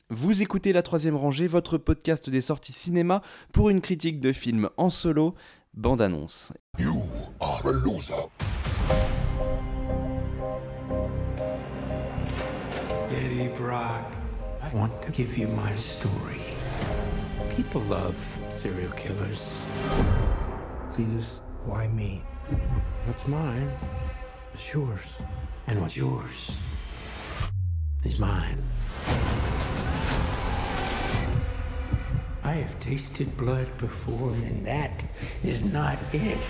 Vous écoutez La Troisième Rangée, votre podcast des sorties cinéma pour une critique de film en solo, bande-annonce. You are a loser. Eddie Brock, I want to give you my story. People love serial killers. Cletus, why me? What's mine is yours, and what's yours is mine. I have tasted blood before, and that is not it.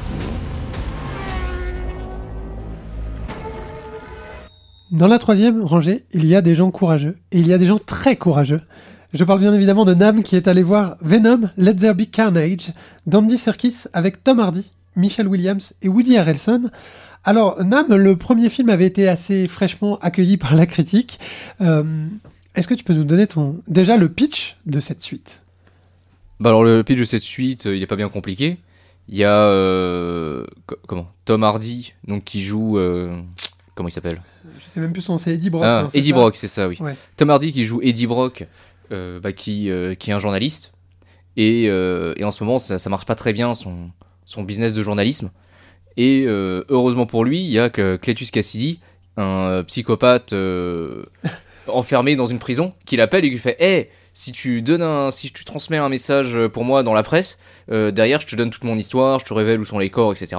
Dans la troisième rangée, il y a des gens courageux, et il y a des gens très courageux. Je parle bien évidemment de Nam qui est allé voir Venom, Let There Be Carnage, d'Andy Serkis avec Tom Hardy, Michelle Williams et Woody Harrelson. Alors Nam, le premier film avait été assez fraîchement accueilli par la critique. Est-ce que tu peux nous donner déjà le pitch de cette suite ? Bah alors le pitch de cette suite, il est pas bien compliqué. Il y a Tom Hardy, donc qui joue comment il s'appelle ? Je sais même plus son, c'est Eddie Brock. Ah, non, c'est Eddie ça Brock, c'est ça, oui. Ouais. Tom Hardy qui joue Eddie Brock, qui est un journaliste. Et en ce moment, ça marche pas très bien, son business de journalisme. Et heureusement pour lui, il y a que Cletus Cassidy, un psychopathe enfermé dans une prison, qui l'appelle et qui lui fait « Hey, si tu transmets un message pour moi dans la presse, derrière, je te donne toute mon histoire, je te révèle où sont les corps, etc. »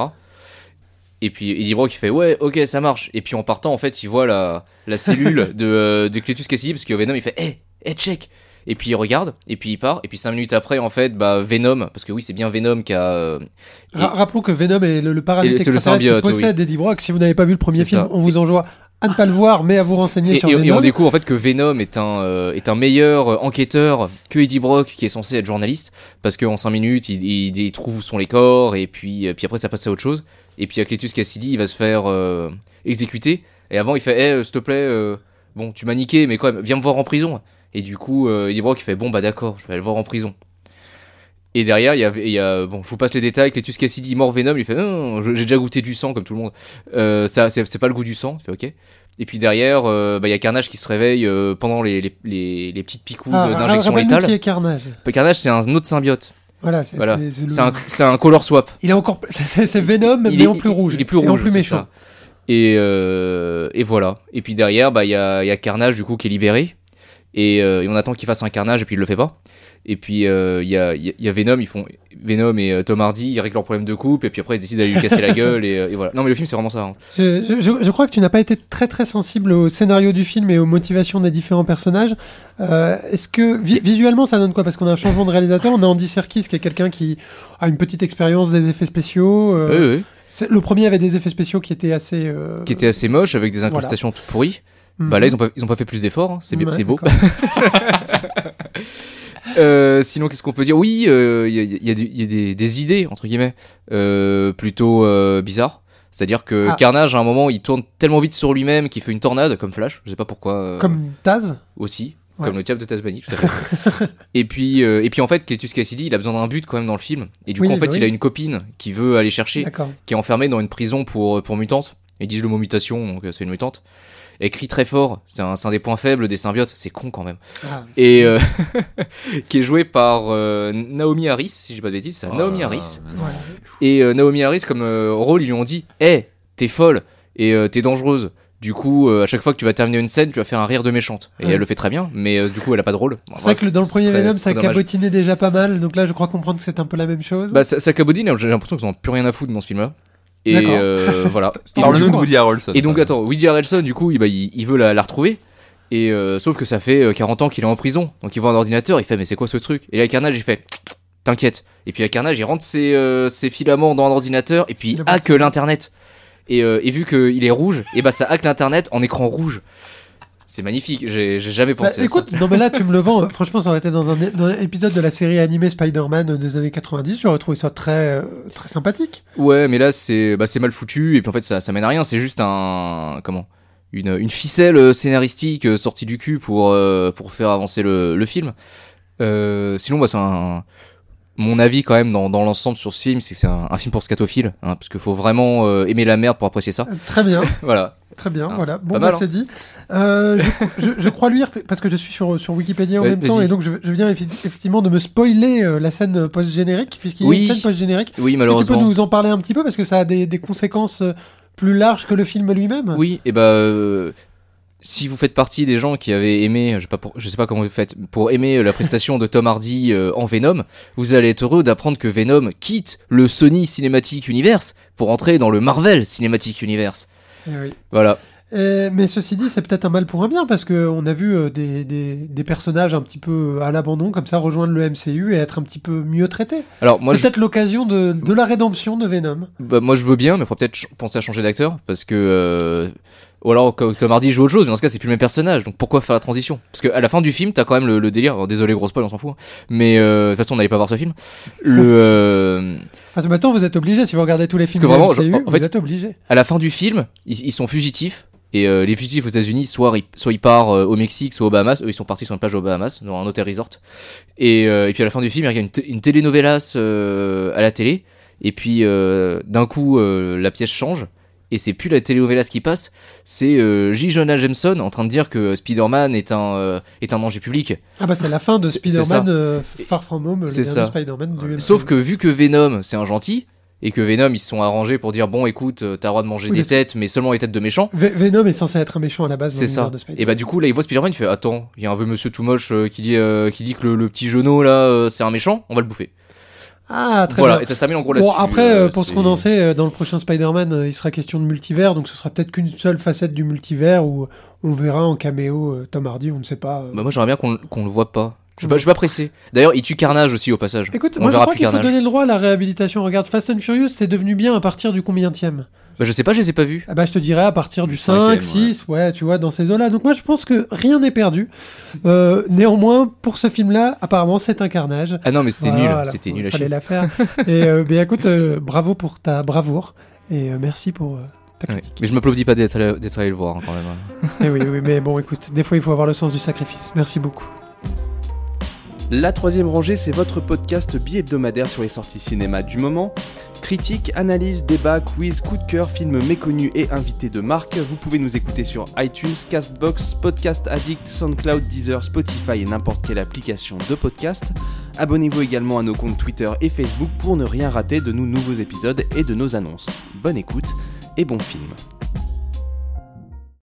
Et puis Eddie Brock il fait ouais ok ça marche, et puis en partant en fait il voit la cellule de Cletus Cassidy, parce que Venom il fait hey check, et puis il regarde et puis il part, et puis 5 minutes après en fait Venom, parce que oui c'est bien Venom qui a Rappelons que Venom est le parasite extraterrestre qui possède Eddie Brock. Si vous n'avez pas vu le premier film, on vous enjoint à ne pas le voir, mais à vous renseigner sur Venom. Et on découvre en fait que Venom est un meilleur enquêteur que Eddie Brock, qui est censé être journaliste, parce qu'en 5 minutes il trouve où sont les corps, et puis après ça passe à autre chose. Et puis Cletus Cassidy, il va se faire exécuter. Et avant, il fait s'il te plaît, bon, tu m'as niqué, mais quand même, viens me voir en prison. Et du coup, Eddie Brock, il fait bon, bah d'accord, je vais aller le voir en prison. Et derrière, il y a bon, je vous passe les détails. Cletus Cassidy mort Venom, il fait non, j'ai déjà goûté du sang comme tout le monde. Ça, c'est pas le goût du sang. Il fait ok. Et puis derrière, il y a Carnage qui se réveille pendant les petites picouzes d'injection létale. Qui est Carnage ? Carnage, c'est un autre symbiote. Voilà, c'est un color swap. Il est encore, c'est Venom, mais en plus rouge. Il est plus rouge, et en plus méchant. Ça. Et voilà. Et puis derrière, il y a Carnage du coup qui est libéré. Et on attend qu'il fasse un Carnage, et puis il le fait pas. Et puis il y a Venom, Venom et Tom Hardy, ils règlent leur problème de couple, et puis après ils décident d'aller lui casser la gueule, et voilà. Non mais le film c'est vraiment ça. Hein. Je crois que tu n'as pas été très très sensible au scénario du film et aux motivations des différents personnages. Est-ce que visuellement ça donne quoi ? Parce qu'on a un changement de réalisateur, on a Andy Serkis qui est quelqu'un qui a une petite expérience des effets spéciaux. Oui. Le premier avait des effets spéciaux qui étaient assez moches, avec des incrustations toutes pourries. Bah là ils ont pas fait plus d'efforts, hein. C'est beau. Sinon qu'est-ce qu'on peut dire ? Oui, il y a des idées entre guillemets plutôt bizarres. C'est-à-dire que Carnage à un moment il tourne tellement vite sur lui-même qu'il fait une tornade comme Flash, je sais pas pourquoi. Comme Taz aussi. Ouais. Comme le diable de Tasmanie, tout à fait. et puis en fait, Cletus Cassidy, il a besoin d'un but quand même dans le film. Et du coup, en fait, il a une copine qui veut aller chercher, qui est enfermée dans une prison pour mutantes. Ils disent le mot mutation, donc c'est une mutante. Elle crie très fort, c'est un des points faibles des symbiotes, c'est con quand même. Et qui est joué par Naomi Harris, si j'ai pas de bêtises, c'est Naomi Harris. Et Naomi Harris, comme rôle, ils lui ont dit hey, t'es folle et t'es dangereuse. Du coup, à chaque fois que tu vas terminer une scène, tu vas faire un rire de méchante. Et elle le fait très bien, mais du coup, elle a pas de rôle. C'est vrai que dans le premier Venom, ça cabotinait déjà pas mal. Donc là, je crois comprendre que c'est un peu la même chose. Bah, ça cabotine, j'ai l'impression qu'ils n'ont plus rien à foutre dans ce film-là. Et voilà. Parle-nous de Woody Harrelson. Et donc, attends, Woody Harrelson, du coup, il veut la retrouver. Et sauf que ça fait 40 ans qu'il est en prison. Donc, il voit un ordinateur, il fait, mais c'est quoi ce truc ? Et là, Carnage, il fait, t'inquiète. Et puis, Carnage, il rentre ses filaments dans l'ordinateur, et puis il hack l'internet. Et vu qu'il est rouge, et ça hack l'internet en écran rouge. C'est magnifique, j'ai jamais pensé à écoute, ça. Non mais là tu me le vends, franchement ça aurait été dans un épisode de la série animée Spider-Man des années 90, j'aurais trouvé ça très, très sympathique. Ouais mais là c'est mal foutu, et puis en fait ça mène à rien, c'est juste une ficelle scénaristique sortie du cul pour faire avancer le film. Sinon c'est mon avis quand même dans l'ensemble sur ce film, c'est que c'est un film pour scatophiles, hein, parce qu'il faut vraiment aimer la merde pour apprécier ça. Très bien. Voilà. Très bien, Ah, voilà. Bon, pas mal, c'est dit. Je crois lire, parce que je suis sur Wikipédia en Ouais, même temps, vas-y. et donc je viens effectivement de me spoiler la scène post-générique, puisqu'il y a Oui. une scène post-générique. Oui, Est-ce que malheureusement. tu peux nous en parler un petit peu, parce que ça a des conséquences plus larges que le film lui-même. Oui, et si vous faites partie des gens qui avaient aimé, je sais pas comment vous faites, pour aimer la prestation de Tom Hardy en Venom, vous allez être heureux d'apprendre que Venom quitte le Sony Cinematic Universe pour entrer dans le Marvel Cinematic Universe. Eh oui. Voilà. Mais ceci dit, c'est peut-être un mal pour un bien, parce qu'on a vu des personnages un petit peu à l'abandon, comme ça, rejoindre le MCU et être un petit peu mieux traités. Alors moi, C'est peut-être l'occasion de la rédemption de Venom. moi je veux bien, mais il faut peut-être penser à changer d'acteur parce que ou alors que Tom Hardy joue autre chose, mais dans ce cas c'est plus le même personnage. Donc pourquoi faire la transition? Parce qu'à la fin du film, t'as quand même le délire. Alors, désolé, gros spoil, on s'en fout. Hein. Mais de toute façon, on n'allait pas voir ce film. Parce que maintenant, vous êtes obligés, si vous regardez tous les films que du vraiment, MCU, en fait, vous êtes obligés. À la fin du film, ils sont fugitifs. Et les fugitifs aux États-Unis, soit ils partent au Mexique, soit aux Bahamas. Eux, ils sont partis sur une plage aux Bahamas, dans un hôtel resort. Et puis à la fin du film, il y a une telenovelas à la télé. Et puis d'un coup, la pièce change. Et c'est plus la telenovelas qui passe, c'est J. Jonah Jameson en train de dire que Spider-Man est un danger public. Ah bah c'est la fin de C'est Spider-Man Far From Home, le c'est dernier ça. Spider-Man du MCU. Sauf que vu que Venom, c'est un gentil, et que Venom, ils se sont arrangés pour dire bon, écoute, t'as le droit de manger Oui, des mais têtes, mais seulement les têtes de méchants. Venom est censé être un méchant à la base dans C'est l'univers ça. de Spider-Man. Et bah du coup là il voit Spider-Man, il fait attends, il y a un vieux monsieur tout moche qui dit que le petit genou là c'est un méchant, on va le bouffer. Ah, très Voilà, bien. et ça se termine en gros Bon, là-dessus. après, pour ce c'est- qu'on en sait, dans le prochain Spider-Man, il sera question de multivers, donc ce sera peut-être qu'une seule facette du multivers où on verra en caméo Tom Hardy, on ne sait pas. Bah moi j'aimerais bien qu'on le voit pas. Je suis pas pressé. D'ailleurs, il tue Carnage aussi au passage. Écoute, on moi je verra crois plus qu'il faut Carnage. donner le droit à la réhabilitation. Regarde, Fast and Furious, c'est devenu bien à partir du combienième? Bah je sais pas, je les ai pas vus. Ah bah je te dirais à partir du 5, cinquième, 6, ouais, tu vois, dans ces eaux-là. Donc moi je pense que rien n'est perdu. Néanmoins, pour ce film-là, apparemment c'est un carnage. Ah non mais c'était Voilà, nul, c'était nul à fallait chier. la faire. Et ben écoute, bravo pour ta bravoure. Et merci pour ta Ouais. critique. Mais je m'applaudis pas d'être allé le voir hein, quand même. hein. Et oui, mais bon écoute, des fois il faut avoir le sens du sacrifice. Merci beaucoup. La troisième rangée, c'est votre podcast bi-hebdomadaire sur les sorties cinéma du moment. Critiques, analyses, débats, quiz, coup de cœur, films méconnus et invités de marque. Vous pouvez nous écouter sur iTunes, Castbox, Podcast Addict, SoundCloud, Deezer, Spotify et n'importe quelle application de podcast. Abonnez-vous également à nos comptes Twitter et Facebook pour ne rien rater de nos nouveaux épisodes et de nos annonces. Bonne écoute et bon film.